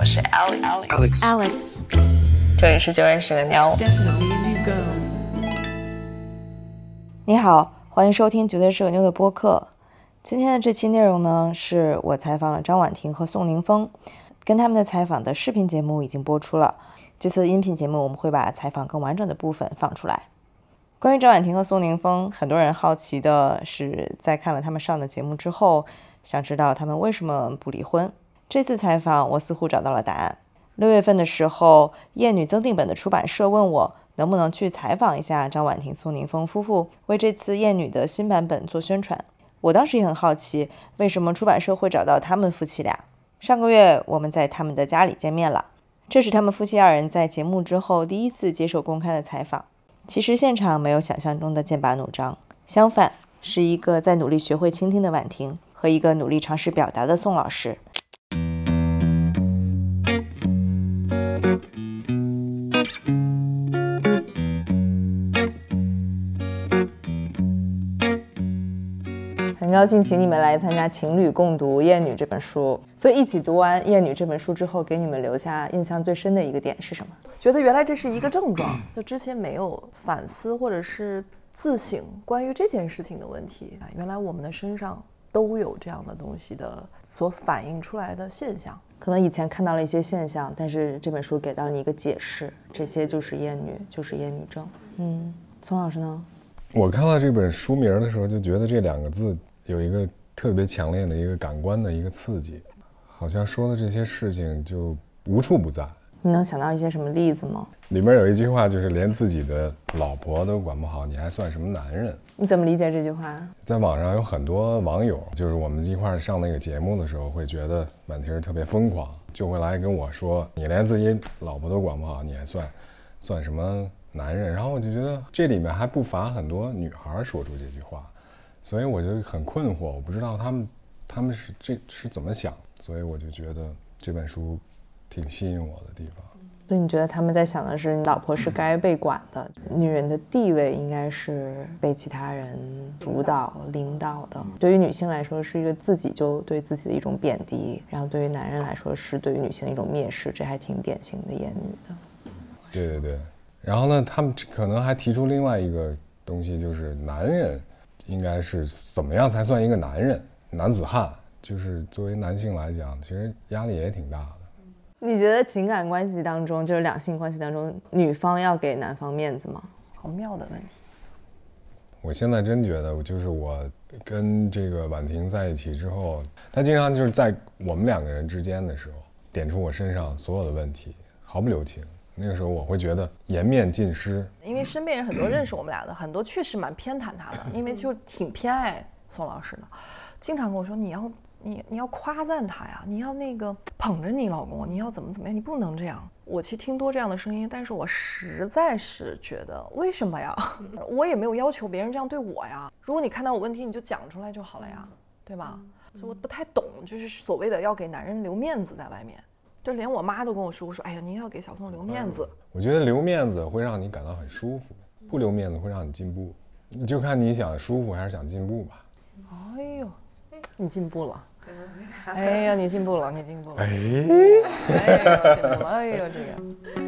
是 Alex， 这里是就认识的妞。 你好，欢迎收听绝对是个妞的播客。今天的这期内容呢，是我采访了张婉婷和宋宁峰，跟他们的采访的视频节目已经播出了。这次的音频节目我们会把采访更完整的部分放出来。关于张婉婷和宋宁峰，很多人好奇的是，在看了他们上的节目之后，想知道他们为什么不离婚。这次采访我似乎找到了答案。6月份的时候，厌女增订本的出版社问我能不能去采访一下张婉婷、宋宁峰夫妇，为这次厌女的新版本做宣传。我当时也很好奇，为什么出版社会找到他们夫妻俩。上个月我们在他们的家里见面了，这是他们夫妻二人在节目之后第一次接受公开的采访。其实现场没有想象中的剑拔弩张，相反，是一个在努力学会倾听的婉婷和一个努力尝试表达的宋老师。很高兴请你们来参加情侣共读《厌女》这本书，所以一起读完《厌女》这本书之后，给你们留下印象最深的一个点是什么？ 觉得原来这是一个症状，就之前没有反思或者是自省关于这件事情的问题，原来我们的身上都有这样的东西的所反映出来的现象。 可能以前看到了一些现象，但是这本书给到你一个解释，这些就是厌女，就是厌女症。宋老师呢？ 我看到这本书名的时候，就觉得这两个字有一个特别强烈的一个感官的一个刺激，好像说的这些事情就无处不在。 你能想到一些什么例子吗？ 里面有一句话，就是连自己的老婆都管不好，你还算什么男人？ 你怎么理解这句话？ 在网上有很多网友，就是我们一块上那个节目的时候，会觉得婉婷特别疯狂，就会来跟我说，你连自己老婆都管不好，你还算什么男人？然后我就觉得这里面还不乏很多女孩说出这句话，所以我就很困惑，我不知道他们是怎么想，所以我就觉得这本书挺吸引我的地方。 所以你觉得他们在想的是，你老婆是该被管的，女人的地位应该是被其他人主导领导的。对于女性来说是一个自己就对自己的一种贬低，然后对于男人来说是对于女性的一种蔑视，这还挺典型的厌女的。 对对对，然后呢，他们可能还提出另外一个东西，就是男人应该是怎么样才算一个男人，男子汉，就是作为男性来讲，其实压力也挺大的。 你觉得情感关系当中，就是两性关系当中，女方要给男方面子吗？ 好妙的问题。 我现在真觉得，就是我跟这个婉婷在一起之后，她经常就是在我们两个人之间的时候，点出我身上所有的问题，毫不留情。那个时候我会觉得颜面尽失， 因为身边人很多认识我们俩的，很多确实蛮偏袒他的，因为就挺偏爱宋老师的，经常跟我说你要夸赞他呀，你要那个捧着你老公，你要怎么样，你不能这样。我其实听多这样的声音，但是我实在是觉得为什么呀？我也没有要求别人这样对我呀。如果你看到我问题，你就讲出来就好了呀，对吧？所以我不太懂，就是所谓的要给男人留面子在外面。就连我妈都跟我说，哎呀，您要给小宋留面子。 我觉得留面子会让你感到很舒服，不留面子会让你进步。你就看你想舒服还是想进步吧。 哎呦，你进步了。哎呀，你进步了，你进步了。哎呀，进步了。哎呦，这个。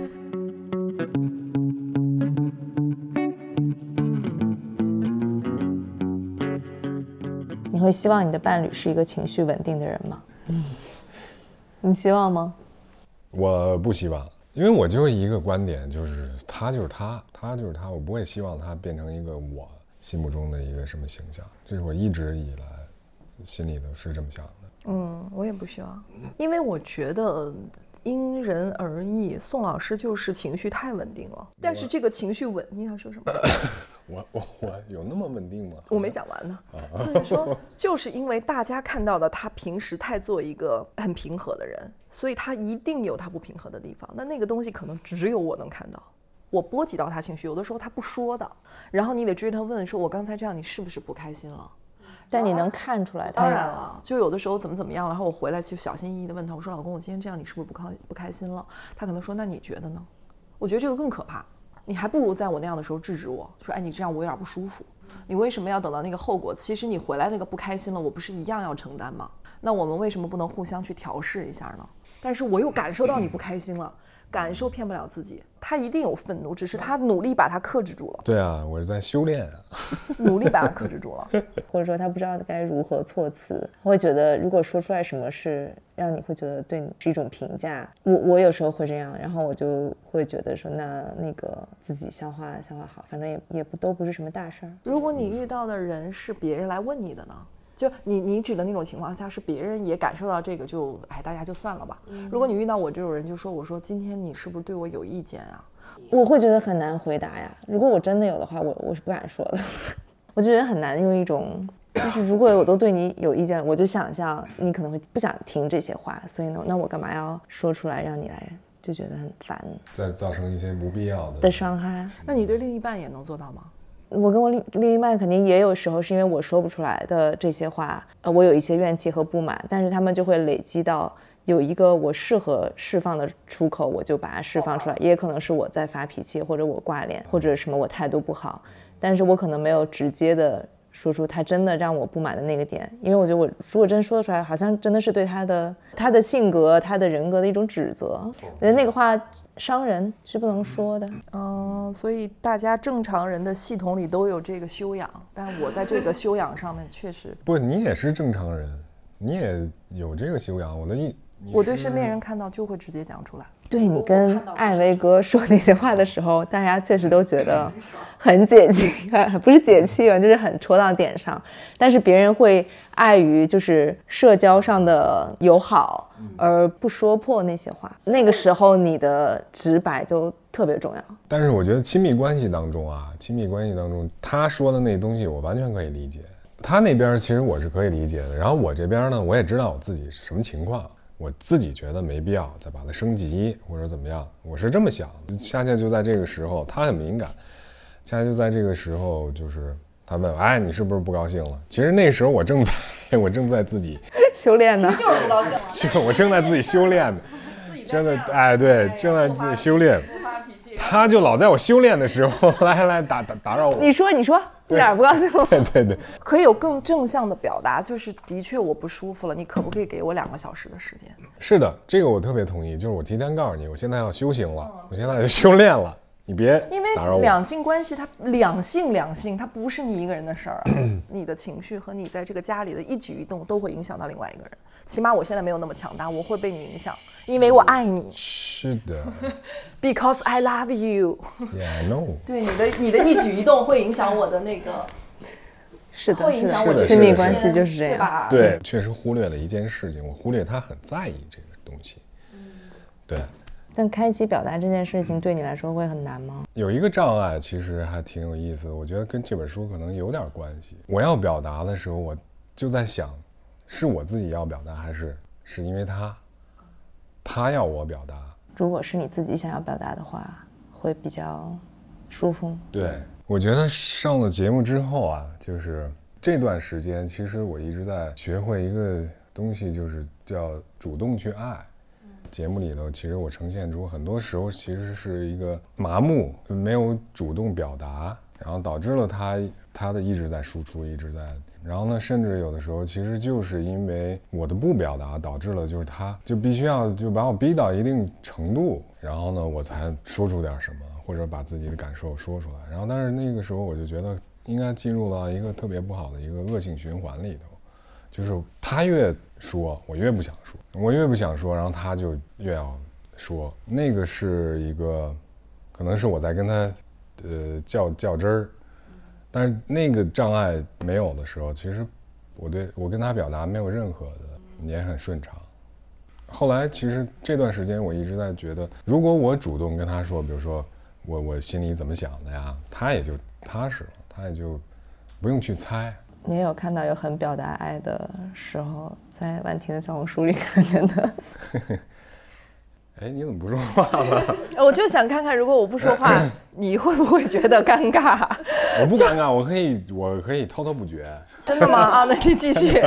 你会希望你的伴侣是一个情绪稳定的人吗？你希望吗？ 我不希望，因为我就一个观点，就是他就是他，他就是他，我不会希望他变成一个我心目中的一个什么形象，这是我一直以来心里都是这么想的。 我也不希望，因为我觉得因人而异。宋老师就是情绪太稳定了，但是这个情绪稳，你想说什么？ 我有那么稳定吗？ 我没讲完呢。就是说，就是因为大家看到的他平时太做一个很平和的人，所以他一定有他不平和的地方。那个东西可能只有我能看到，我波及到他情绪，有的时候他不说的，然后你得追着他问说，我刚才这样你是不是不开心了？ 但你能看出来他。 当然了，就有的时候怎么样，然后我回来就小心翼翼地问他，我说老公，我今天这样你是不是不开心了？他可能说那你觉得呢？我觉得这个更可怕，你还不如在我那样的时候制止我说，哎，你这样我有点不舒服。 你为什么要等到那个后果？其实你回来那个不开心了，我不是一样要承担吗？那我们为什么不能互相去调试一下呢？但是我又感受到你不开心了，感受骗不了自己，他一定有愤怒，只是他努力把它克制住了。 对啊，我是在修炼啊， 努力把它克制住了， 或者说他不知道该如何措辞，会觉得如果说出来什么事让你会觉得对你是一种评价，我有时候会这样，然后我就会觉得说那个自己消化好，反正也都不是什么大事儿。 如果你遇到的人是别人来问你的呢？就你指的那种情况下，是别人也感受到这个，就大家就算了吧。如果你遇到我这种人，就说我说今天你是不是对我有意见啊？ 我会觉得很难回答呀。如果我真的有的话，我是不敢说的。我就觉得很难用一种，就是如果我都对你有意见，我就想象你可能会不想听这些话，所以呢，那我干嘛要说出来让你来，就觉得很烦， 再造成一些不必要的伤害。 那你对另一半也能做到吗？ 我跟我另一半肯定也有时候是因为我说不出来的这些话，我有一些怨气和不满，但是他们就会累积到有一个我适合释放的出口，我就把它释放出来。也可能是我在发脾气，或者我挂脸，或者什么我态度不好，但是我可能没有直接的说出他真的让我不满的那个点，因为我觉得我如果真说得出来，好像真的是对他的性格、他的人格的一种指责。我觉得那个话伤人，是不能说的。 所以大家正常人的系统里都有这个修养，但是我在这个修养上面确实不，你也是正常人，你也有这个修养。 我对身边人看到就会直接讲出来。 对，你跟艾薇哥说那些话的时候，大家确实都觉得很解气，不是解气啊，就是很戳到点上。但是别人会碍于就是社交上的友好而不说破那些话，那个时候你的直白就特别重要。 但是我觉得亲密关系当中，他说的那东西我完全可以理解。他那边其实我是可以理解的，然后我这边呢，我也知道我自己是什么情况。我自己觉得没必要再把它升级或者怎么样，我是这么想。恰恰就在这个时候，他很敏感，恰恰就在这个时候，就是他问我，你是不是不高兴了？其实那时候我正在自己修炼呢， 其实就是不高兴了。 我正在自己修炼呢，真的对，正在自己修炼。他就老在我修炼的时候来打扰我。 你说哪儿不高兴了？ 对， 可以有更正向的表达，就是的确我不舒服了，你可不可以给我2个小时的时间？是的，这个我特别同意。就是我提前告诉你，我现在要修行了，我现在要修炼了，你别打扰我。因为两性关系它两性，它不是你一个人的事儿啊。你的情绪和你在这个家里的一举一动都会影响到另外一个人。起码我现在没有那么强大，我会被你影响，因为我爱你。 是的 ，Because I love you. Yeah, I know. 对，你的一举一动会影响我的那个。 是的， 会影响我的亲密关系就是这样， 对吧？ 对，确实忽略了一件事情，我忽略他很在意这个东西。对。 但开启表达这件事情对你来说会很难吗？ 有一个障碍，其实还挺有意思的，我觉得跟这本书可能有点关系。我要表达的时候，我就在想，是我自己要表达，还是因为他要我表达？ 如果是你自己想要表达的话，会比较舒服。 对，我觉得上了节目之后啊，就是这段时间，其实我一直在学会一个东西，就是叫主动去爱。节目里头，其实我呈现出很多时候其实是一个麻木，没有主动表达，然后导致了他的一直在输出，一直在，然后呢，甚至有的时候其实就是因为我的不表达，导致了就是他就必须要就把我逼到一定程度，然后呢，我才说出点什么，或者把自己的感受说出来。然后但是那个时候我就觉得应该进入到一个特别不好的一个恶性循环里头，就是他越说我越不想说，我越不想说，然后他就越要说。那个是一个可能是我在跟他较真儿，但是那个障碍没有的时候，其实我跟他表达没有任何的，也很顺畅。后来其实这段时间我一直在觉得，如果我主动跟他说，比如说我心里怎么想的呀，他也就踏实了，他也就不用去猜。 你也有看到有很表达爱的时候，在婉婷的小红书里看见的。 哎，你怎么不说话了？ 我就想看看，如果我不说话，你会不会觉得尴尬？ 我不尴尬，我可以滔滔不绝。 真的吗？啊，那你继续。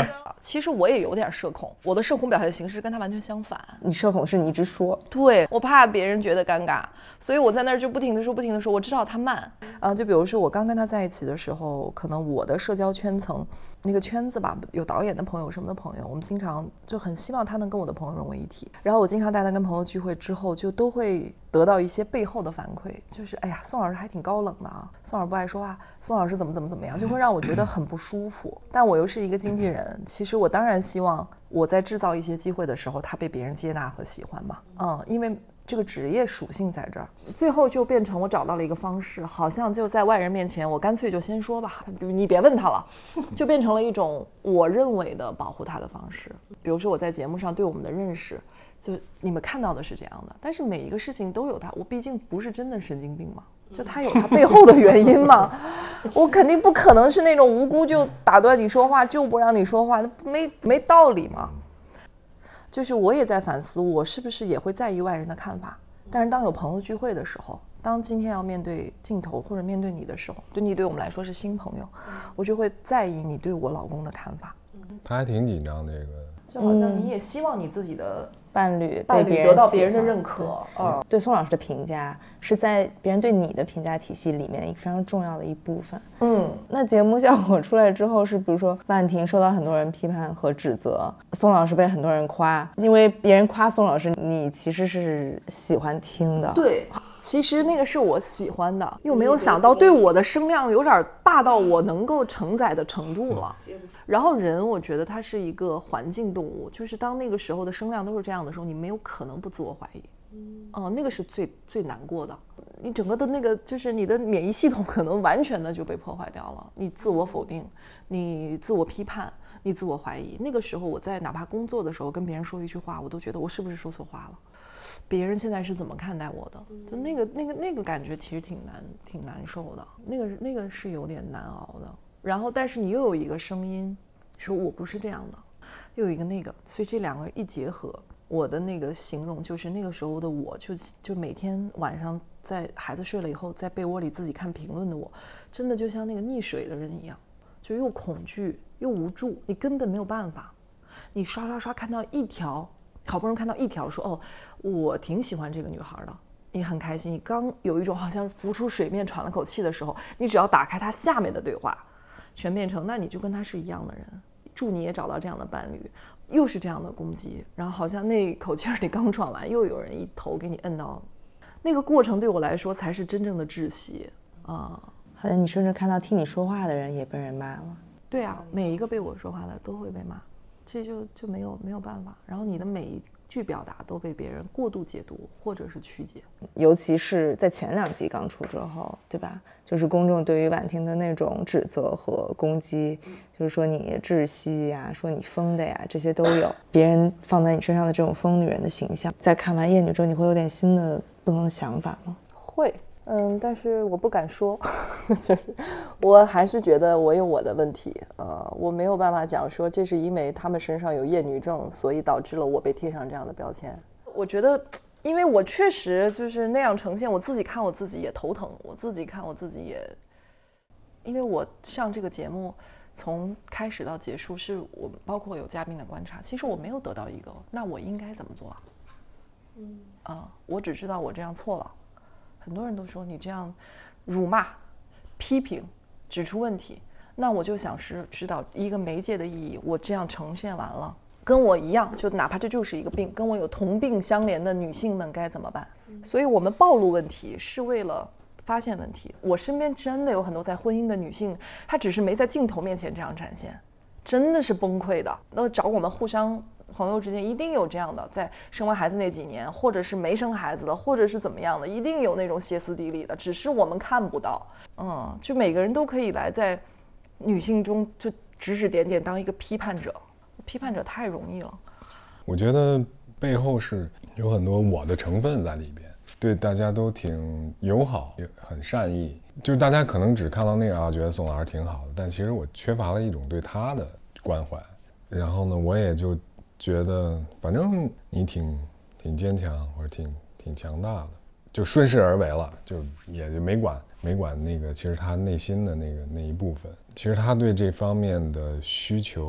其实我也有点社恐，我的社恐表现形式跟他完全相反。 你社恐是你一直说， 对，我怕别人觉得尴尬，所以我在那儿就不停的说，我知道他慢。就比如说我刚跟他在一起的时候，可能我的社交圈层那个圈子吧，有导演的朋友什么的朋友，我们经常就很希望他能跟我的朋友融为一体。然后我经常带他跟朋友聚会之后，就都会得到一些背后的反馈，就是哎呀，宋老师还挺高冷的啊，宋老师不爱说话，宋老师怎么样，就会让我觉得很不舒服。但我又是一个经纪人，其实我当然希望我在制造一些机会的时候，他被别人接纳和喜欢嘛。因为这个职业属性在这儿，最后就变成我找到了一个方式，好像就在外人面前，我干脆就先说吧，你别问他了，就变成了一种我认为的保护他的方式。比如说我在节目上对我们的认识，就你们看到的是这样的，但是每一个事情都有他，我毕竟不是真的神经病嘛，就他有他背后的原因嘛，我肯定不可能是那种无辜就打断你说话，就不让你说话，没道理嘛。就是我也在反思，我是不是也会在意外人的看法。但是当有朋友聚会的时候，当今天要面对镜头或者面对你的时候，对你对我们来说是新朋友，我就会在意你对我老公的看法。 他还挺紧张这个， 就好像你也希望你自己的伴侣得到别人的认可。 对宋老师的评价是在别人对你的评价体系里面非常重要的一部分。那节目效果出来之后，是比如说婉婷受到很多人批判和指责，宋老师被很多人夸，因为别人夸宋老师，你其实是喜欢听的。 对，其实那个是我喜欢的，又没有想到对我的声量有点大到我能够承载的程度了。然后人，我觉得他是一个环境动物，就是当那个时候的声量都是这样的时候，你没有可能不自我怀疑。那个是最难过的。你整个的那个就是你的免疫系统可能完全的就被破坏掉了，你自我否定，你自我批判，你自我怀疑。那个时候我在哪怕工作的时候跟别人说一句话，我都觉得我是不是说错话了，别人现在是怎么看待我的，就那个感觉其实挺难受的，那个是有点难熬的。然后但是你又有一个声音说我不是这样的，又有一个那个，所以这两个一结合，我的那个形容就是那个时候的我，就每天晚上在孩子睡了以后，在被窝里自己看评论的我，真的就像那个溺水的人一样，就又恐惧又无助，你根本没有办法。你刷看到一条，好不容易看到一条说我挺喜欢这个女孩的，你很开心，你刚有一种好像浮出水面喘了口气的时候，你只要打开她下面的对话，全变成那你就跟她是一样的人，祝你也找到这样的伴侣，又是这样的攻击，然后好像那口气你刚喘完，又有人一头给你摁到，那个过程对我来说才是真正的窒息啊！ 好像你甚至看到替你说话的人也被人骂了。 对啊，每一个被我说话的都会被骂，这就没有办法。然后你的每一句表达都被别人过度解读或者是曲解， 尤其是在前2集刚出之后，对吧？就是公众对于婉婷的那种指责和攻击，就是说你窒息呀，说你疯的呀，这些都有。别人放在你身上的这种疯女人的形象，在看完《夜女》之后，你会有点新的不同的想法吗？ 会，但是我不敢说，就是我还是觉得我有我的问题，我没有办法讲说这是因为他们身上有厌女症，所以导致了我被贴上这样的标签。我觉得，因为我确实就是那样呈现，我自己看我自己也头疼，我自己看我自己也，因为我上这个节目从开始到结束，是我包括有嘉宾的观察，其实我没有得到一个，那我应该怎么做啊？我只知道我这样错了。很多人都说你这样辱骂、批评、指出问题，那我就想是知道一个媒介的意义。我这样呈现完了，跟我一样，就哪怕这就是一个病，跟我有同病相怜的女性们该怎么办？所以我们暴露问题是为了发现问题。我身边真的有很多在婚姻的女性，她只是没在镜头面前这样展现，真的是崩溃的。那找我们互相朋友之间一定有这样的，在生完孩子那几年，或者是没生孩子的，或者是怎么样的，一定有那种歇斯底里的，只是我们看不到。就每个人都可以来在女性中就指指点点当一个批判者，批判者太容易了。 我觉得背后是有很多我的成分在里边，对大家都挺友好，也很善意。就是大家可能只看到那个觉得宋老师挺好的，但其实我缺乏了一种对他的关怀。然后呢，我也就觉得反正你挺坚强，或者挺强大的，就顺势而为了，就也就没管那个其实他内心的那一部分。其实他对这方面的需求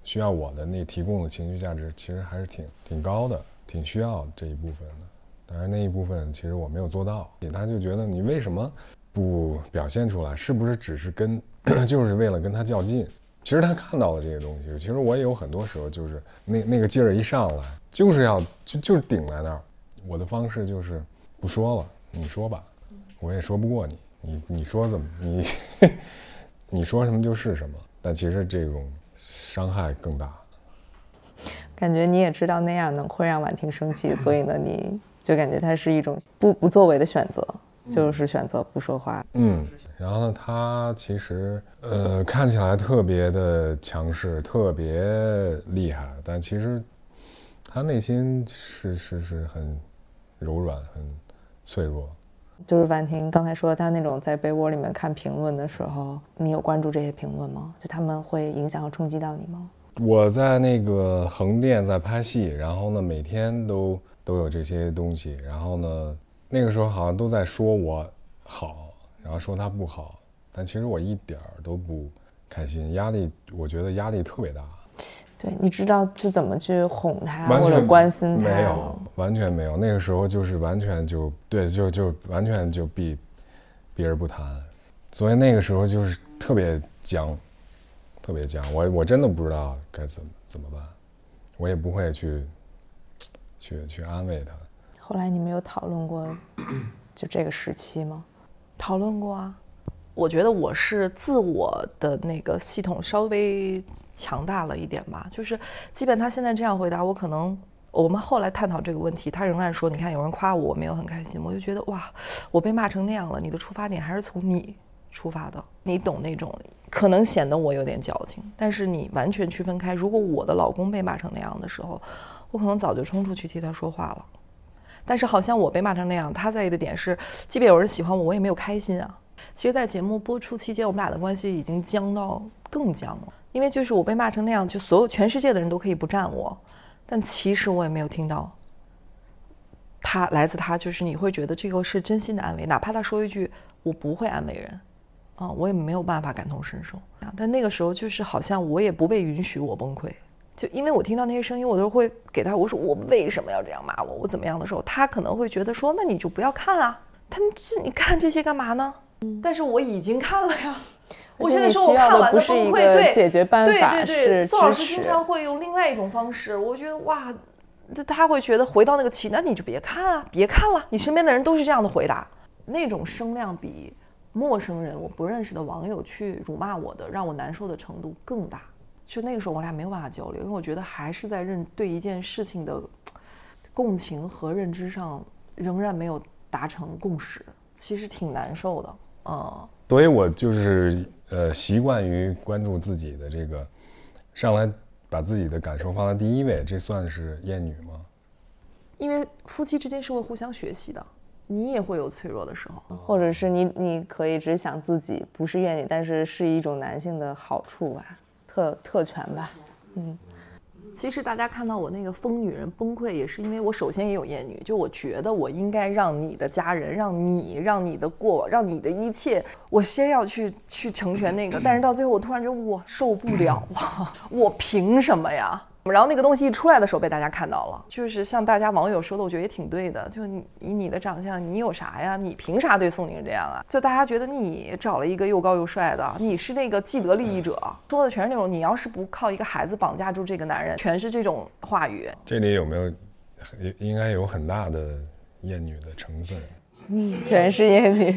需要我的那提供的情绪价值，其实还是挺高的，挺需要这一部分的。当然那一部分其实我没有做到，他就觉得你为什么不表现出来？是不是只是就是为了跟他较劲？其实他看到了这些东西，其实我也有很多时候就是那个劲儿一上来，就是要就是顶在那儿。我的方式就是不说了，你说吧，我也说不过你，你说怎么你说什么就是什么。但其实这种伤害更大。 感觉你也知道那样会让婉婷生气，所以呢，你就感觉它是一种不作为的选择，就是选择不说话。 然后呢，他其实看起来特别的强势，特别厉害，但其实他内心是很柔软、很脆弱。 就是婉婷刚才说他那种在被窝里面看评论的时候，你有关注这些评论吗？就他们会影响和冲击到你吗？ 我在那个横店在拍戏，然后呢每天都有这些东西，然后呢那个时候好像都在说我好，然后说他不好，但其实我一点儿都不开心，我觉得压力特别大。 对，你知道就怎么去哄他或者关心他？ 没有，完全没有。那个时候就是完全就完全就避而不谈，所以那个时候就是特别僵。我真的不知道该怎么办，我也不会去安慰他。 后来你们有讨论过就这个时期吗？ 讨论过啊。我觉得我是自我的那个系统稍微强大了一点吧，就是即便他现在这样回答我，可能我们后来探讨这个问题，他仍然说你看有人夸我没有很开心，我就觉得哇，我被骂成那样了，你的出发点还是从你出发的，你懂那种可能显得我有点矫情，但是你完全区分开，如果我的老公被骂成那样的时候，我可能早就冲出去替他说话了。但是好像我被骂成那样，他在意的点是即便有人喜欢我，我也没有开心啊。其实在节目播出期间，我们俩的关系已经僵到更僵了，因为就是我被骂成那样，就全世界的人都可以不站我，但其实我也没有听到他来自他，就是你会觉得这个是真心的安慰，哪怕他说一句我不会安慰人啊，我也没有办法感同身受。但那个时候就是好像我也不被允许我崩溃，就因为我听到那些声音，我都会给他我说我为什么要这样骂我怎么样的时候，他可能会觉得说那你就不要看啊，你看这些干嘛呢？但是我已经看了呀。我现在说我看完的崩溃，对解决办法是宋老师经常会用另外一种方式，我觉得哇，他会觉得回到那个期，那你就别看啊，别看了，你身边的人都是这样的回答，那种声量比陌生人我不认识的网友去辱骂我的让我难受的程度更大。就那个时候我俩没有办法交流，因为我觉得还是在对一件事情的共情和认知上仍然没有达成共识，其实挺难受的。 所以我就是习惯于关注自己的这个，上来把自己的感受放在第一位，这算是厌女吗？ 因为夫妻之间是会互相学习的，你也会有脆弱的时候， 或者是你可以只想自己，不是厌女，但是是一种男性的好处吧，特权吧。 其实大家看到我那个疯女人崩溃，也是因为我首先也有厌女，就我觉得我应该让你的家人，让你的过往，让你的一切，我先要去成全那个，但是到最后我突然觉得我受不了了，我凭什么呀？然后那个东西一出来的时候被大家看到了，就是像大家网友说的，我觉得也挺对的，就你的长相，你有啥呀？你凭啥对宋宁这样啊？就大家觉得你找了一个又高又帅的，你是那个既得利益者，说的全是那种你要是不靠一个孩子绑架住这个男人，全是这种话语。 这里有没有应该有很大的厌女的成分？ 全是厌女。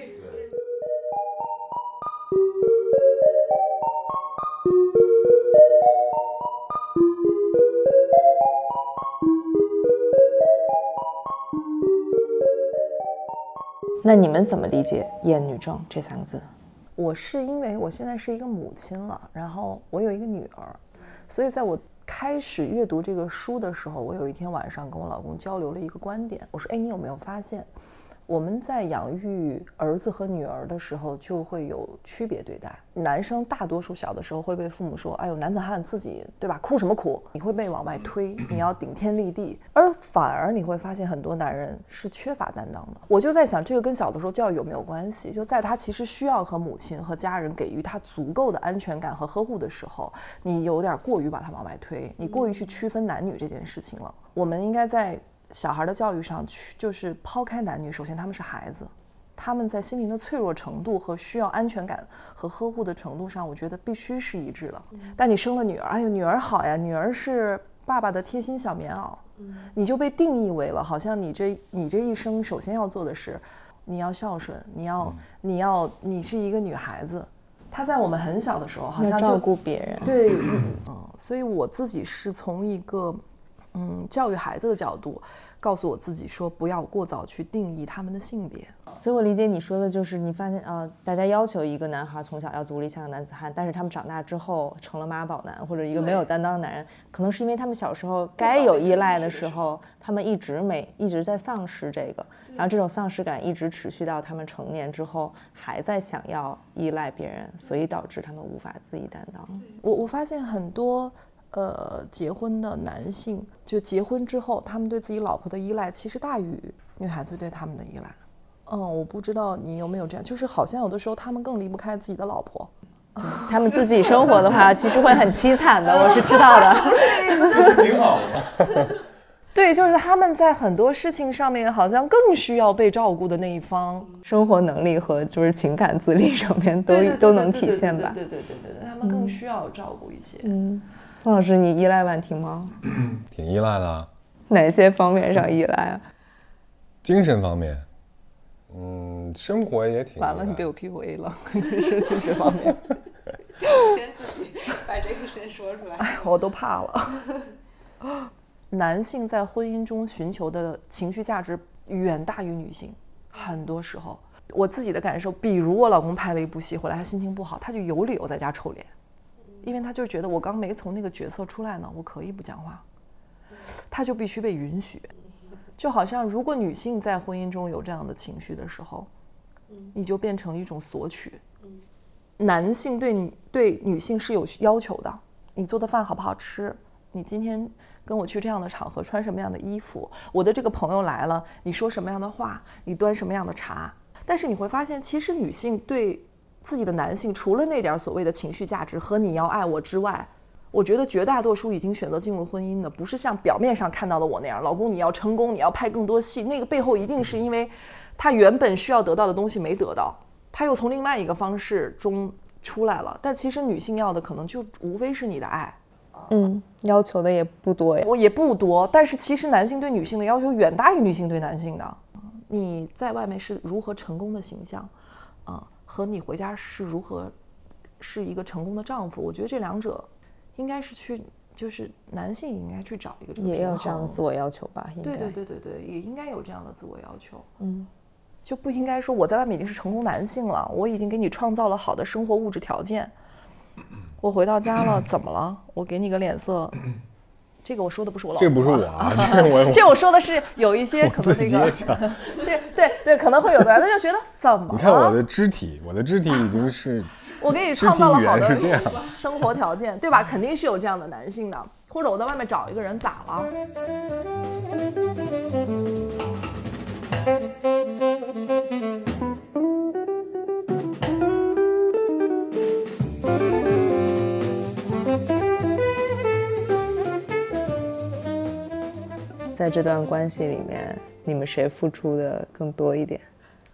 那你们怎么理解厌女症这3个字？ 我是因为我现在是一个母亲了，然后我有一个女儿，所以在我开始阅读这个书的时候，我有一天晚上跟我老公交流了一个观点，我说你有没有发现我们在养育儿子和女儿的时候就会有区别对待。男生大多数小的时候会被父母说，哎呦，男子汉自己对吧，哭什么哭，你会被往外推，你要顶天立地。而反而你会发现很多男人是缺乏担当的。我就在想，这个跟小的时候教育有没有关系？就在他其实需要和母亲和家人给予他足够的安全感和呵护的时候，你有点过于把他往外推，你过于去区分男女这件事情了。我们应该在小孩的教育上就是抛开男女，首先他们是孩子，他们在心灵的脆弱程度和需要安全感和呵护的程度上，我觉得必须是一致的。但你生了女儿，哎呦，女儿好呀，女儿是爸爸的贴心小棉袄，你就被定义为了好像你这一生首先要做的是你要孝顺，你是一个女孩子。她在我们很小的时候好像就照顾别人， 对，所以我自己是从一个教育孩子的角度告诉我自己说，不要过早去定义他们的性别。 所以我理解你说的就是你发现大家要求一个男孩从小要独立像个男子汉，但是他们长大之后成了妈宝男或者一个没有担当的男人，可能是因为他们小时候该有依赖的时候，他们一直在丧失这个，然后这种丧失感一直持续到他们成年之后还在想要依赖别人，所以导致他们无法自己担当。 我发现很多结婚的男性，就结婚之后他们对自己老婆的依赖其实大于女孩子对他们的依赖。我不知道你有没有这样，就是好像有的时候他们更离不开自己的老婆。 他们自己生活的话其实会很凄惨的，我是知道的。 不是这个意思，就是挺好的。对，就是他们在很多事情上面好像更需要被照顾的那一方， 生活能力和就是情感自立上面都能体现吧。 对，他们更需要照顾一些。 宋老师，你依赖婉婷吗？ 挺依赖的。 哪些方面上依赖啊？ 精神方面，生活也挺依赖。 完了，你被我 PUA 了，是精神方面。 先自己把这个先说出来。 我都怕了。男性在婚姻中寻求的情绪价值远大于女性，很多时候我自己的感受，比如我老公拍了一部戏回来，他心情不好，他就有理由在家臭脸，因为他就觉得我刚没从那个角色出来呢，我可以不讲话，他就必须被允许。就好像如果女性在婚姻中有这样的情绪的时候，你就变成一种索取。男性对女性是有要求的，你做的饭好不好吃，你今天跟我去这样的场合穿什么样的衣服，我的这个朋友来了你说什么样的话，你端什么样的茶。但是你会发现，其实女性对自己的男性除了那点所谓的情绪价值和你要爱我之外，我觉得绝大多数已经选择进入婚姻的，不是像表面上看到的我那样，老公你要成功，你要拍更多戏，那个背后一定是因为他原本需要得到的东西没得到，他又从另外一个方式中出来了。但其实女性要的可能就无非是你的爱， 要求的也不多呀。 我也不多，但是其实男性对女性的要求远大于女性对男性的。你在外面是如何成功的形象，和你回家是如何是一个成功的丈夫，我觉得这两者应该是去，就是男性应该去找一个这个平衡， 也有这样的自我要求吧？应该对，也应该有这样的自我要求。就不应该说我在外面已经是成功男性了，我已经给你创造了好的生活物质条件，我回到家了怎么了？我给你个脸色。这个我说的不是我老婆， 这不是我啊， 这我说的是有一些可能那个，对，可能会有的人就觉得怎么了？ 你看我的肢体已经是， 我给你创造了好的生活条件，对吧？肯定是有这样的男性的，或者我在外面找一个人咋了？ 在这段关系里面，你们谁付出的更多一点？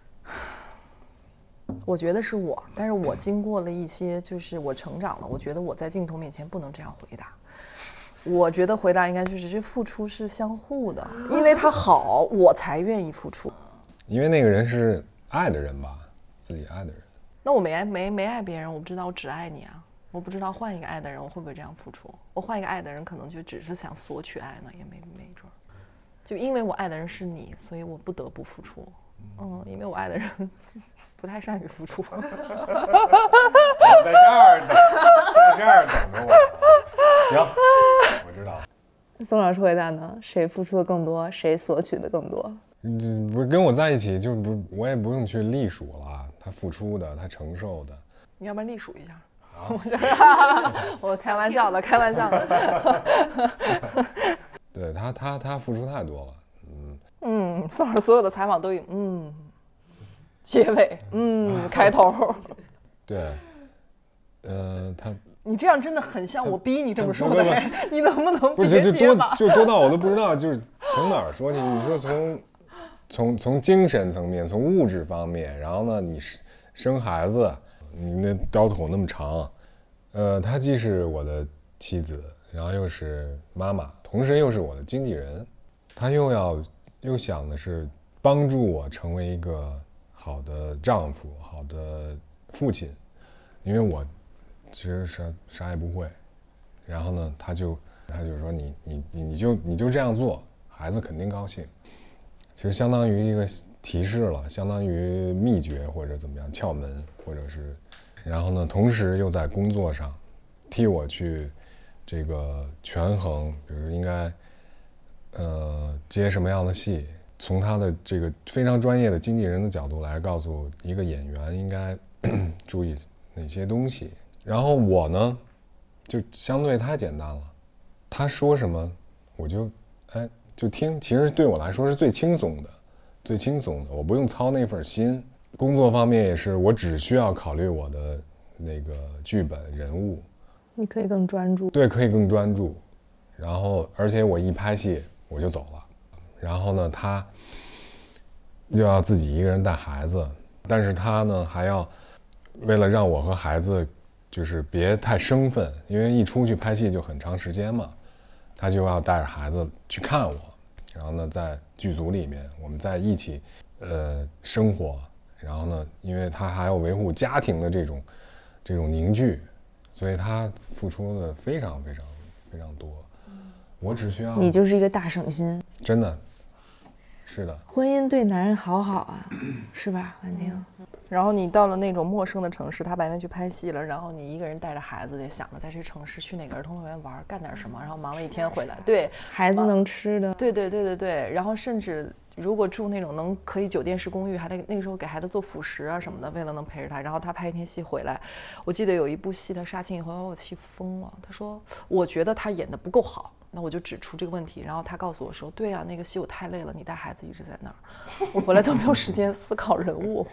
我觉得是我，但是我经过了一些，就是我成长了，我觉得我在镜头面前不能这样回答。我觉得回答应该就是这付出是相互的，因为他好，我才愿意付出。 因为那个人是爱的人吧，自己爱的人。 那我没爱别人，我不知道我只爱你啊，我不知道换一个爱的人我会不会这样付出。我换一个爱的人，可能就只是想索取爱呢，也没准。就因为我爱的人是你，所以我不得不付出。因为我爱的人不太善于付出。在这儿等着我。行，我知道。 宋老师回答呢？谁付出的更多，谁索取的更多？ 不是跟我在一起，就不我也不用去隶属了，他付出的，他承受的。 你要不然隶属一下？我开玩笑的，开玩笑的。 对他付出太多了。 宋老师所有的采访都有结尾开头。 对， 你这样真的很像我逼你这么说的，你能不能别结巴？就多到我都不知道，就是从哪儿说起。你说从精神层面，从物质方面，然后呢，你生孩子，你那刀口那么长，她既是我的妻子，然后又是妈妈，同时又是我的经纪人，她又想的是帮助我成为一个好的丈夫，好的父亲，因为我其实啥也不会，然后呢，他就说你就这样做，孩子肯定高兴。其实相当于一个提示了，相当于秘诀或者怎么样窍门，或者是，然后呢，同时又在工作上替我去这个权衡，比如应该接什么样的戏，从他的这个非常专业的经纪人的角度来告诉一个演员应该注意哪些东西。然后我呢就相对太简单了，他说什么我就听，其实对我来说是最轻松的，我不用操那份心。工作方面也是，我只需要考虑我的那个剧本人物， 你可以更专注。 对，可以更专注。然后而且我一拍戏我就走了，然后呢他就要自己一个人带孩子，但是他呢还要为了让我和孩子就是别太生分，因为一出去拍戏就很长时间嘛，他就要带着孩子去看我，然后呢在剧组里面我们在一起生活，然后呢因为他还要维护家庭的这种凝聚，所以他付出的非常非常非常多。我只需要， 你就是一个大省心， 真的是的。 婚姻对男人好啊，是吧，婉婷？ 然后你到了那种陌生的城市，他白天去拍戏了，然后你一个人带着孩子，得想着在这个城市去哪个儿童乐园玩，干点什么，然后忙了一天回来，对， 孩子能吃的， 对，然后甚至如果住那种可以酒店式公寓，还得那个时候给孩子做辅食啊什么的，为了能陪着他。然后他拍一天戏回来，我记得有一部戏他杀青以后把我气疯了，他说我觉得他演得不够好，那我就指出这个问题，然后他告诉我说，对啊，那个戏我太累了，你带孩子一直在那儿，我回来都没有时间思考人物。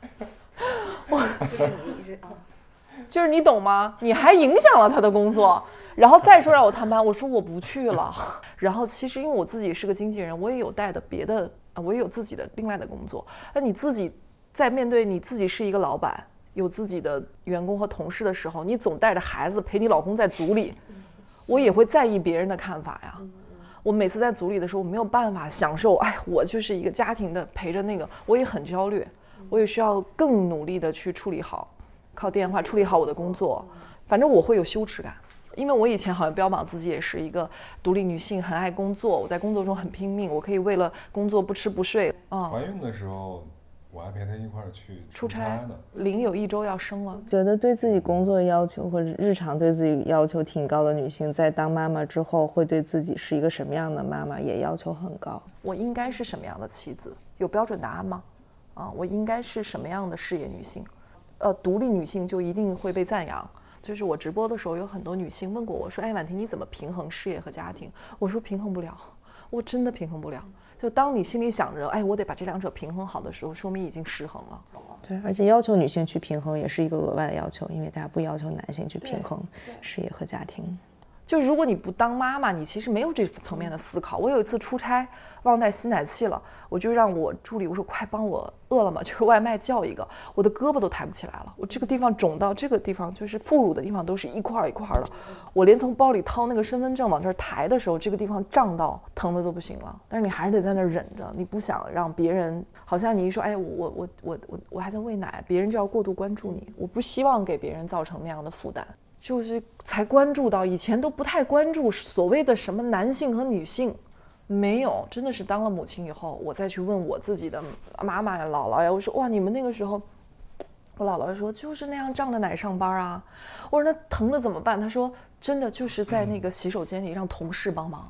就是你一直就是你懂吗？你还影响了他的工作，然后再说让我探班，我说我不去了。然后其实因为我自己是个经纪人，我也有带的别的，我也有自己的另外的工作。那你自己在面对你自己是一个老板，有自己的员工和同事的时候，你总带着孩子陪你老公在组里，我也会在意别人的看法呀。我每次在组里的时候，我没有办法享受，我就是一个家庭的陪着那个，我也很焦虑，我也需要更努力的去处理好。靠电话处理好我的工作，反正我会有羞耻感，因为我以前好像标榜自己也是一个独立女性，很爱工作，我在工作中很拼命，我可以为了工作不吃不睡。 怀孕的时候我还陪她一块儿去出差呢，临有1周要生了。 觉得对自己工作要求或者日常对自己要求挺高的女性，在当妈妈之后会对自己是一个什么样的妈妈也要求很高。 我应该是什么样的妻子？有标准答案吗？我应该是什么样的事业女性？独立女性就一定会被赞扬。就是我直播的时候，有很多女性问过我说：“婉婷，你怎么平衡事业和家庭？”我说：“平衡不了，我真的平衡不了。”就当你心里想着，我得把这两者平衡好的时候，说明已经失衡了。 对，而且要求女性去平衡也是一个额外的要求，因为大家不要求男性去平衡事业和家庭。 就如果你不当妈妈，你其实没有这层面的思考。我有一次出差忘带吸奶器了，我就让我助理我说快帮我饿了么就是外卖叫一个，我的胳膊都抬不起来了，我这个地方肿到这个地方，就是副乳的地方都是一块一块的，我连从包里掏那个身份证往这儿抬的时候，这个地方胀到疼的都不行了。但是你还是得在那儿忍着，你不想让别人好像你一说我还在喂奶，别人就要过度关注你，我不希望给别人造成那样的负担。就是才关注到，以前都不太关注所谓的什么男性和女性，没有，真的是当了母亲以后，我再去问我自己的妈妈呀、姥姥呀，我说哇，你们那个时候，我姥姥说就是那样胀着奶上班啊，我说那疼的怎么办？她说真的就是在那个洗手间里让同事帮忙。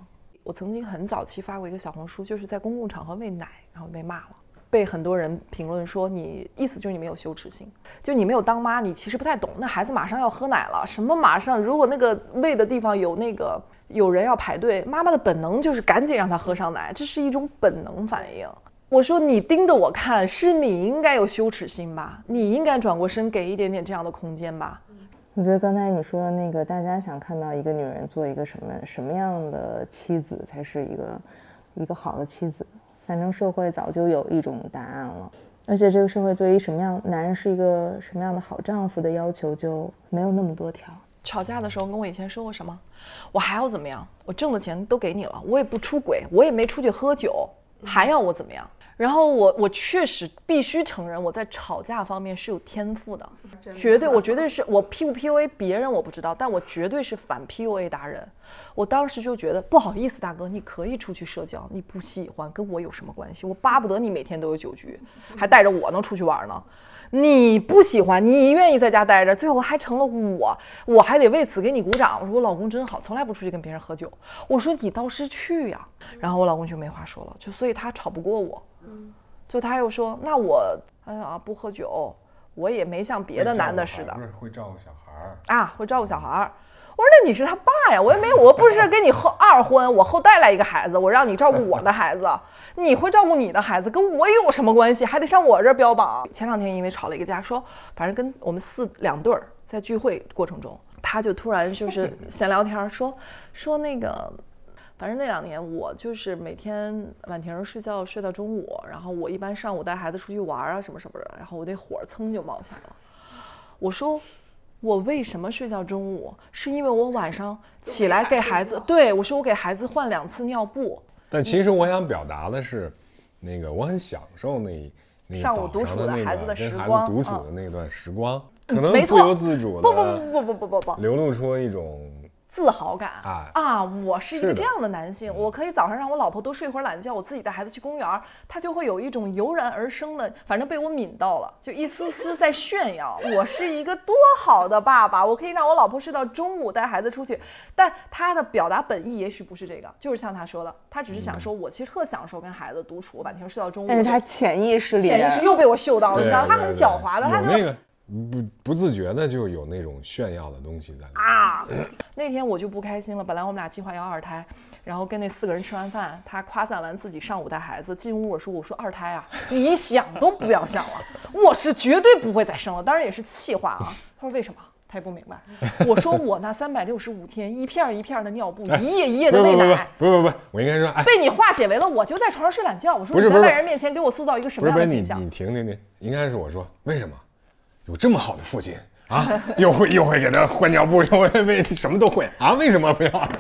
我曾经很早期发过一个小红书，就是在公共场合喂奶，然后被骂了，被很多人评论说你意思就是你没有羞耻心，就你没有当妈，你其实不太懂，那孩子马上要喝奶了，什么马上，如果那个喂的地方有人要排队，妈妈的本能就是赶紧让他喝上奶，这是一种本能反应。我说你盯着我看，是你应该有羞耻心吧，你应该转过身给一点点这样的空间吧。 我觉得刚才你说的那个，大家想看到一个女人做一个什么样的妻子才是一个好的妻子，反正社会早就有一种答案了，而且这个社会对于男人是一个什么样的好丈夫的要求就没有那么多条。 吵架的时候跟我以前说过什么？我还要怎么样？我挣的钱都给你了，我也不出轨，我也没出去喝酒，还要我怎么样？然后我确实必须承认，我在吵架方面是有天赋的，绝对，我绝对是，我 PUA 别人我不知道，但我绝对是反 PUA 达人。我当时就觉得不好意思，大哥，你可以出去社交，你不喜欢跟我有什么关系？我巴不得你每天都有酒局，还带着我能出去玩呢。你不喜欢，你愿意在家待着，最后还成了我还得为此给你鼓掌。我说我老公真好，从来不出去跟别人喝酒。我说你倒是去呀。然后我老公就没话说了，就所以他吵不过我。就他又说那我不喝酒，我也没像别的男的似的， 不是会照顾小孩啊，会照顾小孩。我说那你是他爸呀，我不是跟你二婚，我后带来一个孩子，我让你照顾我的孩子，你会照顾你的孩子，跟我有什么关系？还得上我这标榜。前2天因为吵了一个架，说反正跟我们2对在聚会过程中，他就突然就是闲聊天说那个，反正那2年我就是每天婉婷睡觉睡到中午，然后我一般上午带孩子出去玩啊什么什么的，然后我这火噌就冒起来了。我说我为什么睡觉中午？是因为我晚上起来给孩子，对，我说我给孩子换2次尿布。 但其实我想表达的是，那个我很享受那上午独处的孩子的时光， 跟孩子独处的那段时光，可能不由自主的不流露出一种自豪感我是一个这样的男性，我可以早上让我老婆多睡会儿懒觉，我自己带孩子去公园，他就会有一种油然而生的，反正被我抿到了，就一丝丝在炫耀我是一个多好的爸爸，我可以让我老婆睡到中午带孩子出去。但他的表达本意也许不是这个，就是像他说的，他只是想说我其实特享受跟孩子独处，晚上睡到中午， 但是他潜意识又被我嗅到了，你知道他很狡猾的，他就那个不自觉的就有那种炫耀的东西在里面那天我就不开心了，本来我们俩计划要2胎，然后跟那4个人吃完饭，他夸赞完自己上午带孩子，进屋我说2胎啊，你想都不要想了，我是绝对不会再生了，当然也是气话啊。他说为什么？他也不明白。我说我那365天一片一片的尿布，一夜一夜的喂奶。 不，我应该说， 被你化解为了我就在床上睡懒觉。我说你在外人面前给我塑造一个什么样的形象？ 你停，应该是我说为什么有这么好的父亲啊？又会给他换尿布，又会为什么都会啊？为什么不要？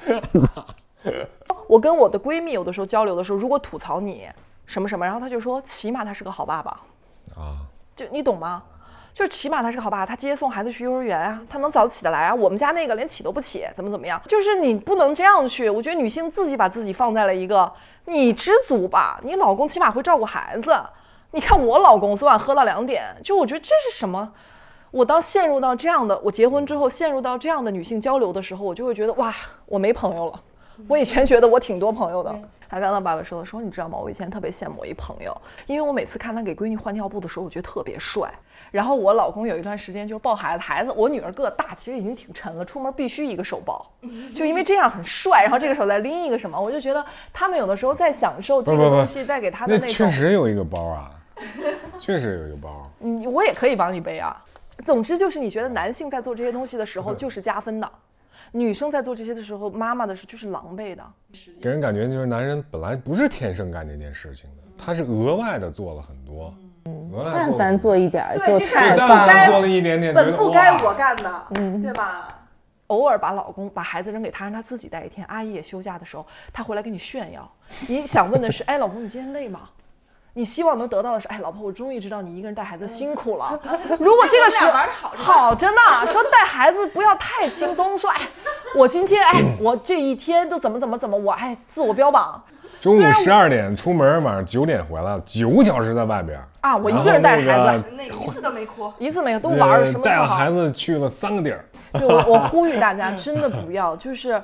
我跟我的闺蜜有的时候交流的时候，如果吐槽你什么什么，然后他就说起码他是个好爸爸啊，就你懂吗？就是起码他是个好爸爸，他接送孩子去幼儿园啊，他能早起得来啊。我们家那个连起都不起，怎么样？就是你不能这样去。我觉得女性自己把自己放在了一个你知足吧，你老公起码会照顾孩子。你看我老公昨晚喝到2点，就我觉得这是什么？我当陷入到这样的，我结婚之后陷入到这样的女性交流的时候，我就会觉得哇，我没朋友了。我以前觉得我挺多朋友的。他刚刚爸爸说你知道吗？我以前特别羡慕我一朋友，因为我每次看他给闺女换尿布的时候，我觉得特别帅。然后我老公有一段时间就是抱孩子，我女儿个大，其实已经挺沉了，出门必须一个手抱，就因为这样很帅。然后这个手再拎一个什么，我就觉得他们有的时候在享受这个东西带给他的那种。 那确实有一个包啊，确实有一个包。 我也可以帮你背啊。总之就是你觉得男性在做这些东西的时候就是加分的。女生在做这些的时候，妈妈的是就是狼狈的， 给人感觉就是男人本来不是天生干这件事情的，他是额外的做了很多， 但凡做一点就太棒了，但凡做了一点点， 本不该我干的，对吧？偶尔把孩子扔给他，让他自己带一天，阿姨也休假的时候，他回来跟你炫耀。你想问的是，哎，老公，你今天累吗？你希望能得到的是，哎，老婆，我终于知道你一个人带孩子辛苦了。如果这个是好着呢，说带孩子不要太轻松，说，哎，我今天，哎，我这一天都怎么，我还自我标榜。 中午12点出门，晚上9点回来，9小时在外边啊，我一个人带着孩子， 那一次都没哭， 一次没有，都玩什么都好。 带了孩子去了3个地儿。 对，我呼吁大家真的不要，就是。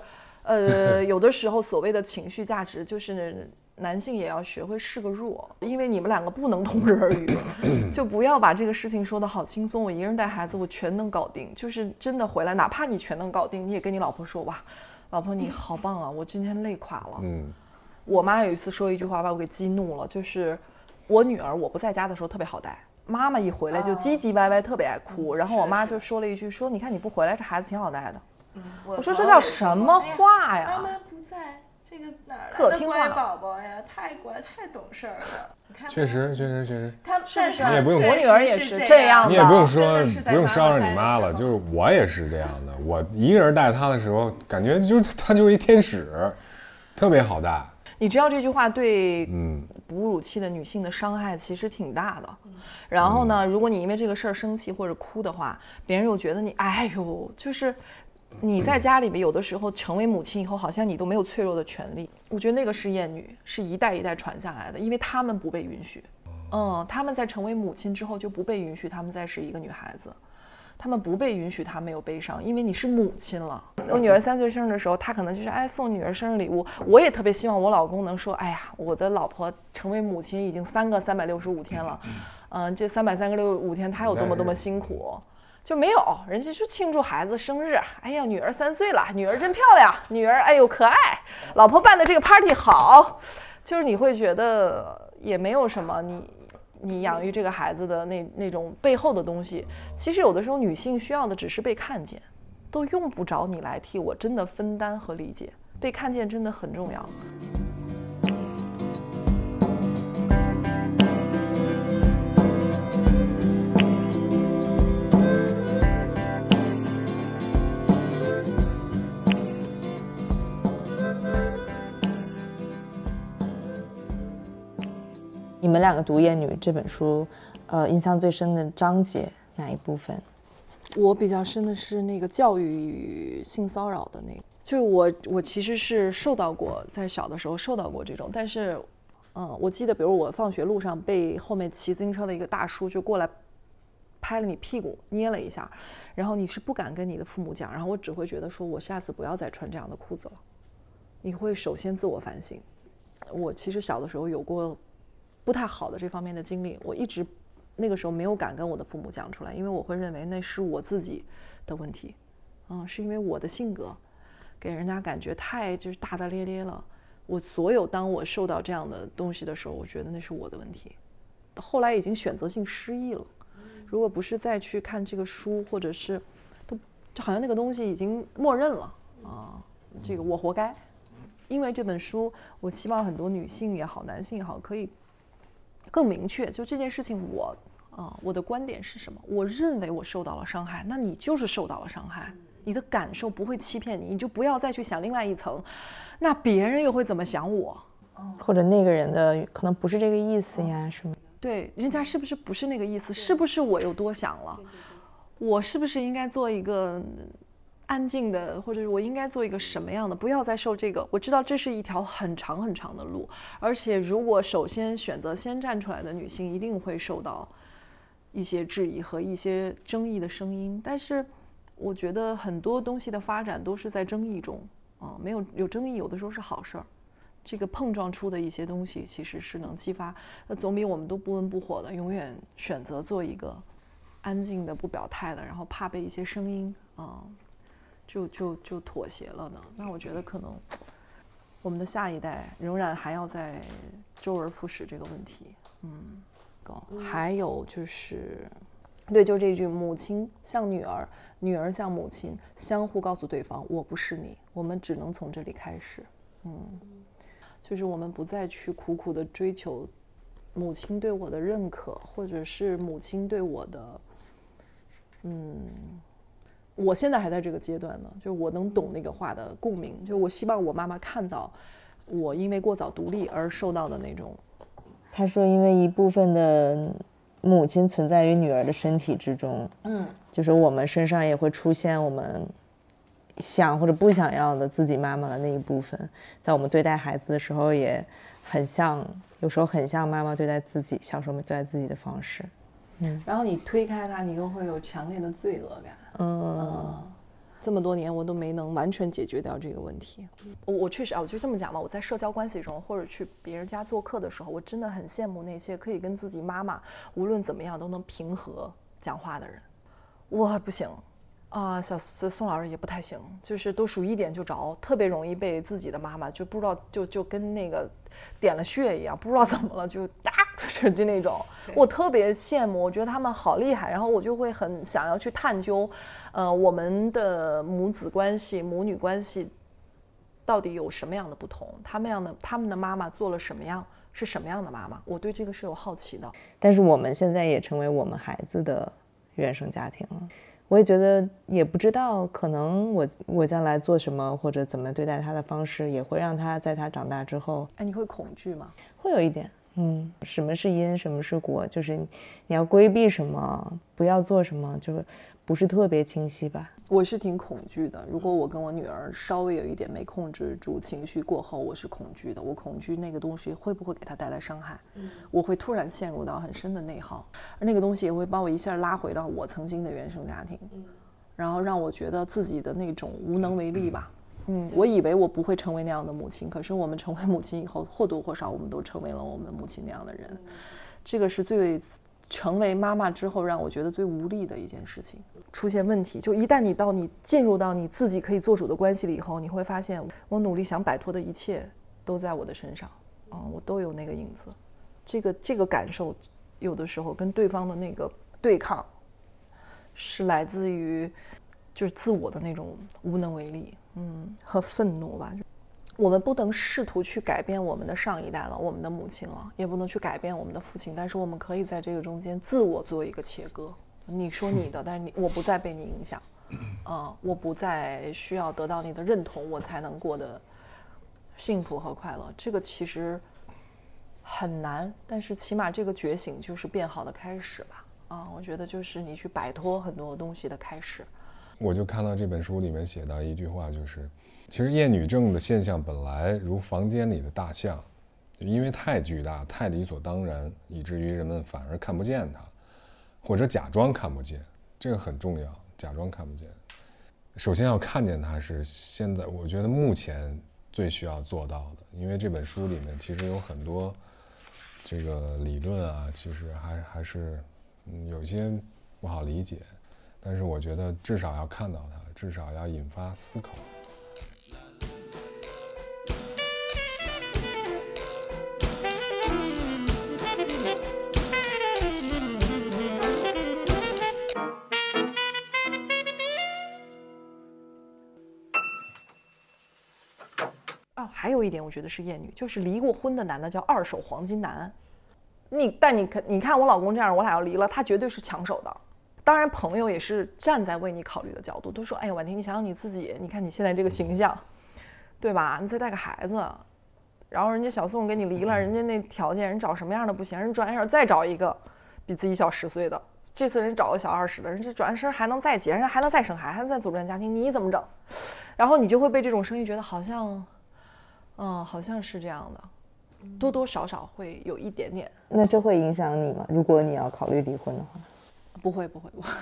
有的时候所谓的情绪价值就是男性也要学会示个弱，因为你们两个不能同日而语，就不要把这个事情说得好轻松，我一个人带孩子我全能搞定，就是真的回来哪怕你全能搞定，你也跟你老婆说，哇老婆你好棒啊，我今天累垮了。我妈有一次说一句话把我给激怒了，就是我女儿我不在家的时候特别好带，妈妈一回来就唧唧歪歪特别爱哭，然后我妈就说了一句，说你看你不回来这孩子挺好带的。我说这叫什么话呀？ 妈妈不在，这个哪儿可听话乖宝宝呀，太乖太懂事儿了。你看， 确实。 他但是你也不用我女儿也是这样的， 你也不用说不用伤着你妈了，就是我也是这样的。我一个人带她的时候，感觉就是她就是一天使，特别好带。 你知道这句话对哺乳期的女性的伤害其实挺大的。然后呢，如果你因为这个事儿生气或者哭的话，别人又觉得你哎呦，就是你在家里面有的时候成为母亲以后，好像你都没有脆弱的权利。我觉得那个是厌女，是一代一代传下来的，因为他们不被允许。他们在成为母亲之后就不被允许他们再是一个女孩子。他们不被允许他没有悲伤，因为你是母亲了。我女儿3岁生日的时候，她可能就是送女儿生日礼物。我也特别希望我老公能说，哎呀，我的老婆成为母亲已经3个365天了，这365天她有多么多么辛苦，就没有。人家说庆祝孩子生日，哎呀，女儿3岁了，女儿真漂亮，女儿哎呦可爱，老婆办的这个 party 好，就是你会觉得也没有什么你养育这个孩子的那种背后的东西，其实有的时候女性需要的只是被看见，都用不着你来替我真的分担和理解，被看见真的很重要。 你们两个读《厌女》这本书，印象最深的章节哪一部分？ 我比较深的是那个教育与性骚扰的那个，就是我其实是受到过，在小的时候受到过这种，但是，我记得，比如我放学路上被后面骑自行车的一个大叔就过来拍了你屁股，捏了一下，然后你是不敢跟你的父母讲，然后我只会觉得说我下次不要再穿这样的裤子了，你会首先自我反省。我其实小的时候有过不太好的这方面的经历，我一直那个时候没有敢跟我的父母讲出来，因为我会认为那是我自己的问题，是因为我的性格给人家感觉太就是大大咧咧了。当我受到这样的东西的时候，我觉得那是我的问题。后来已经选择性失忆了，如果不是再去看这个书，或者是就好像那个东西已经默认了这个我活该。因为这本书，我希望很多女性也好，男性也好，可以更明确，就这件事情我的观点是什么？我认为我受到了伤害，那你就是受到了伤害，你的感受不会欺骗你，你就不要再去想另外一层，那别人又会怎么想我？ 或者那个人的可能不是这个意思呀，什么？ 对，人家不是那个意思？是不是我又多想了？我是不是应该做一个安静的，或者是我应该做一个什么样的？不要再受这个。我知道这是一条很长很长的路，而且如果首先选择先站出来的女性，一定会受到一些质疑和一些争议的声音。但是我觉得很多东西的发展都是在争议中没有争议，有的时候是好事儿。这个碰撞出的一些东西，其实是能激发，那总比我们都不温不火的，永远选择做一个安静的不表态的，然后怕被一些声音就妥协了呢。那我觉得可能我们的下一代仍然还要再周而复始这个问题。还有就是对，就这句母亲像女儿，女儿像母亲，相互告诉对方我不是你，我们只能从这里开始。就是我们不再去苦苦的追求母亲对我的认可，或者是母亲对我的我现在还在这个阶段呢，就是我能懂那个话的共鸣，就我希望我妈妈看到我因为过早独立而受到的那种。 他说因为一部分的母亲存在于女儿的身体之中，就是我们身上也会出现我们想或者不想要的自己妈妈的那一部分，在我们对待孩子的时候也很像，有时候很像妈妈对待自己小时候对待自己的方式。 然后你推开它，你又会有强烈的罪恶感。 这么多年我都没能完全解决掉这个问题。我确实我就这么讲吧，我在社交关系中或者去别人家做客的时候，我真的很羡慕那些可以跟自己妈妈无论怎么样都能平和讲话的人。我不行啊，宋老师也不太行，就是都数一点就着，特别容易被自己的妈妈就不知道就跟那个点了穴一样，不知道怎么了就就那种。我特别羡慕，我觉得他们好厉害，然后我就会很想要去探究，我们的母子关系、母女关系到底有什么样的不同，他们的妈妈做了什么样，是什么样的妈妈，我对这个是有好奇的。 但是我们现在也成为我们孩子的原生家庭了。我也觉得也不知道，可能我将来做什么或者怎么对待他的方式，也会让他在他长大之后， 你会恐惧吗？ 会有一点，什么是因，什么是果，就是你要规避什么，不要做什么，就不是特别清晰吧。 我是挺恐惧的，如果我跟我女儿稍微有一点没控制住情绪过后，我是恐惧的，我恐惧那个东西会不会给她带来伤害，我会突然陷入到很深的内耗，而那个东西也会把我一下拉回到我曾经的原生家庭，然后让我觉得自己的那种无能为力吧。我以为我不会成为那样的母亲，可是我们成为母亲以后，或多或少我们都成为了我们母亲那样的人，这个是最成为妈妈之后让我觉得最无力的一件事情。出现问题，就一旦你进入到你自己可以做主的关系里以后，你会发现我努力想摆脱的一切都在我的身上，我都有那个影子。这个感受有的时候跟对方的那个对抗是来自于就是自我的那种无能为力，和愤怒吧。我们不能试图去改变我们的上一代了，我们的母亲了，也不能去改变我们的父亲，但是我们可以在这个中间自我做一个切割。你说你的，但是我不再被你影响，我不再需要得到你的认同，我才能过得幸福和快乐。这个其实很难，但是起码这个觉醒就是变好的开始吧。我觉得就是你去摆脱很多东西的开始。 我就看到这本书里面写到一句话，就是其实厌女症的现象本来如房间里的大象，因为太巨大太理所当然，以至于人们反而看不见它，或者假装看不见，这个很重要，假装看不见。首先要看见它是现在我觉得目前最需要做到的，因为这本书里面其实有很多这个理论啊，其实还是有些不好理解，但是我觉得至少要看到它，至少要引发思考。 还有一点我觉得是厌女，就是离过婚的男的叫二手黄金男。但你看我老公这样，我俩要离了，他绝对是抢手的。当然朋友也是站在为你考虑的角度，都说哎呀婉婷，你想想你自己，你看你现在这个形象，对吧？你再带个孩子，然后人家小宋给你离了，人家那条件人找什么样的不行，人转身再找一个比自己小10岁的，这次人找个小20的，人家转身还能再结，人还能再生孩子，还能再组建家庭，你怎么整？然后你就会被这种声音觉得好像好像是这样的，多多少少会有一点点。 那这会影响你吗？如果你要考虑离婚的话？ 不会。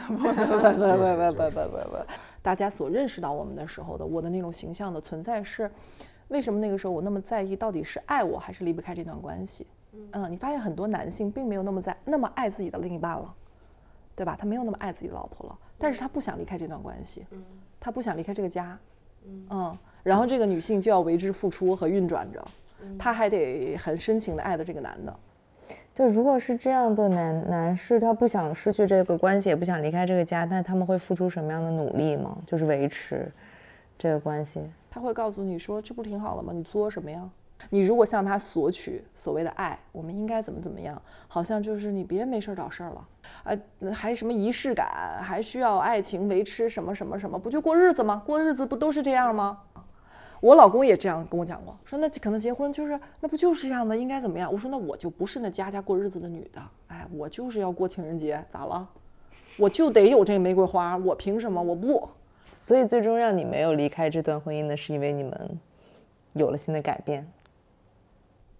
大家所认识到我们的时候的我的那种形象的存在是，为什么那个时候我那么在意到底是爱我还是离不开这段关系？你发现很多男性并没有那么爱自己的另一半了，对吧？他没有那么爱自己的老婆了，但是他不想离开这段关系，他不想离开这个家，然后这个女性就要为之付出和运转着，她还得很深情的爱的这个男的。 对，如果是这样的男士，他不想失去这个关系，也不想离开这个家，但他们会付出什么样的努力吗？就是维持这个关系。 他会告诉你说，这不挺好了吗？你作什么呀？你如果向他索取所谓的爱，我们应该怎么样，好像就是你别没事找事儿了，还什么仪式感，还需要爱情维持什么什么什么，不就过日子吗？过日子不都是这样吗？我老公也这样跟我讲过，说那可能结婚就是那不就是这样的，应该怎么样？我说那我就不是那家过日子的女的，我就是要过情人节，咋了？我就得有这玫瑰花，我凭什么？我不。 所以最终让你没有离开这段婚姻的是因为你们有了新的改变。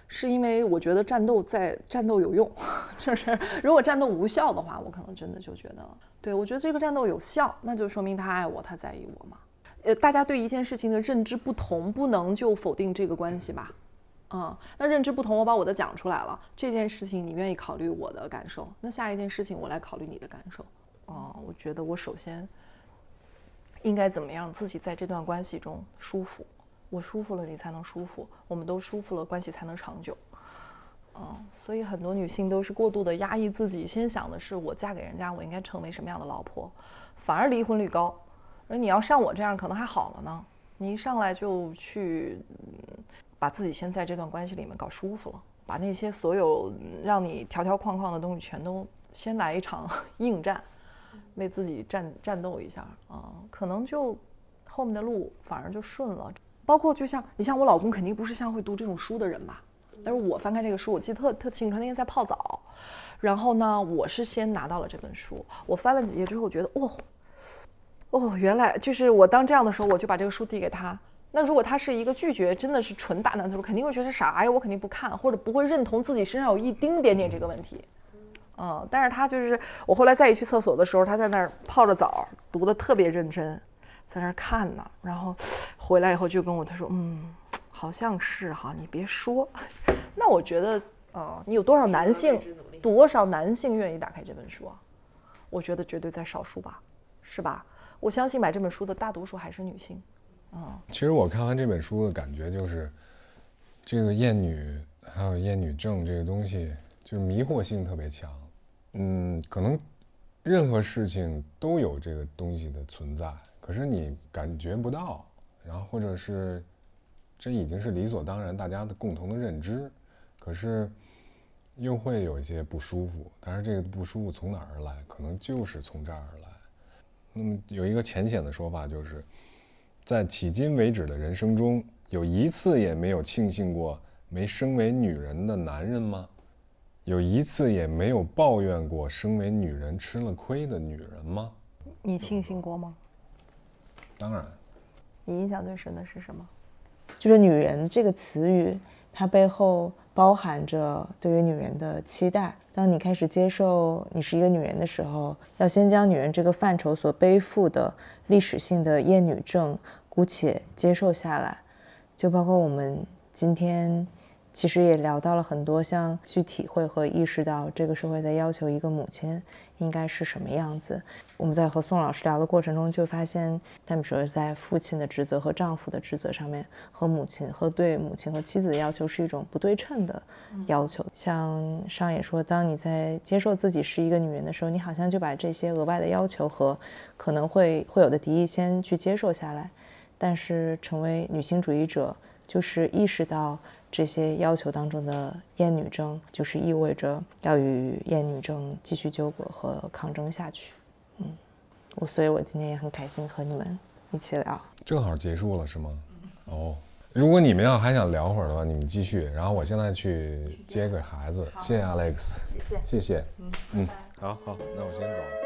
是因为我觉得战斗有用，就是如果战斗无效的话，我可能真的就觉得，对，我觉得这个战斗有效，那就说明他爱我，他在意我嘛。大家对一件事情的认知不同，不能就否定这个关系吧。那认知不同，我把我的讲出来了，这件事情你愿意考虑我的感受，那下一件事情我来考虑你的感受。我觉得我首先应该怎么样自己在这段关系中舒服，我舒服了你才能舒服，我们都舒服了关系才能长久。所以很多女性都是过度的压抑自己，先想的是我嫁给人家我应该成为什么样的老婆，反而离婚率高。而你要像我这样可能还好了呢，你一上来就去把自己先在这段关系里面搞舒服了，把那些所有让你条条框框的东西全都先来一场硬战，为自己战斗一下可能就后面的路反而就顺了。包括就像你像我老公肯定不是像会读这种书的人吧，但是我翻开这个书，我记得特清楚，那天在泡澡，然后呢我是先拿到了这本书，我翻了几页之后我觉得原来就是我当这样的时候，我就把这个书递给他。那如果他是一个拒绝，真的是纯大男子主义，肯定会觉得啥呀，我肯定不看，或者不会认同自己身上有一丁点点这个问题。但是他就是我后来再一去厕所的时候，他在那儿泡着澡，读得特别认真，在那儿看呢，然后回来以后就跟我他说好像是哈，你别说。那我觉得你有多少男性愿意打开这本书啊？我觉得绝对在少数吧，是吧？我相信买这本书的大多数还是女性。 其实我看完这本书的感觉就是，这个厌女还有厌女症这个东西，就是迷惑性特别强。可能任何事情都有这个东西的存在，可是你感觉不到，然后或者是这已经是理所当然大家的共同的认知，可是又会有一些不舒服。但是这个不舒服从哪儿而来？可能就是从这儿而来。那么有一个浅显的说法就是，在迄今为止的人生中，有一次也没有庆幸过没生为女人的男人吗？有一次也没有抱怨过生为女人吃了亏的女人吗？ 你庆幸过吗？ 当然。 你印象最深的是什么？ 就是女人这个词语，它背后包含着对于女人的期待。当你开始接受你是一个女人的时候，要先将女人这个范畴所背负的历史性的厌女症姑且接受下来。就包括我们今天其实也聊到了很多，像去体会和意识到这个社会在要求一个母亲应该是什么样子。我们在和宋老师聊的过程中就发现，他们说在父亲的职责和丈夫的职责上面，对母亲和妻子的要求是一种不对称的要求。像上也说，当你在接受自己是一个女人的时候，你好像就把这些额外的要求和可能会有的敌意先去接受下来。但是成为女性主义者，就是意识到这些要求当中的厌女症，就是意味着要与厌女症继续纠葛和抗争下去。所以我今天也很开心和你们一起聊。 正好结束了是吗？如果你们要还想聊会儿的话，你们继续。然后我现在去接个孩子。谢谢 Alex， 谢谢。好，那我先走了。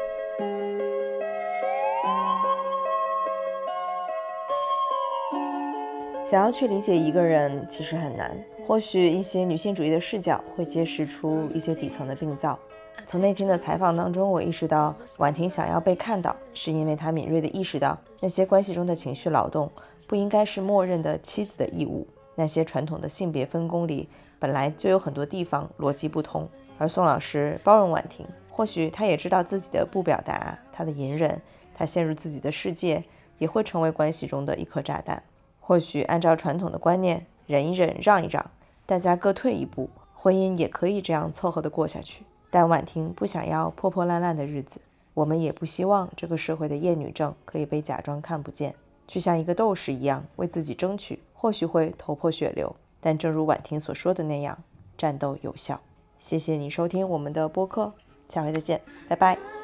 想要去理解一个人其实很难，或许一些女性主义的视角会揭示出一些底层的病灶。从那天的采访当中，我意识到婉婷想要被看到，是因为她敏锐地意识到那些关系中的情绪劳动不应该是默认的妻子的义务。那些传统的性别分工里本来就有很多地方逻辑不通，而宋老师包容婉婷，或许他也知道自己的不表达，他的隐忍，他陷入自己的世界，也会成为关系中的一颗炸弹。或许按照传统的观念，忍一忍，让一让，大家各退一步，婚姻也可以这样凑合地过下去。但婉婷不想要破破烂烂的日子，我们也不希望这个社会的厌女症可以被假装看不见，去像一个斗士一样为自己争取，或许会头破血流，但正如婉婷所说的那样，战斗有效。谢谢你收听我们的播客，下回再见，拜拜。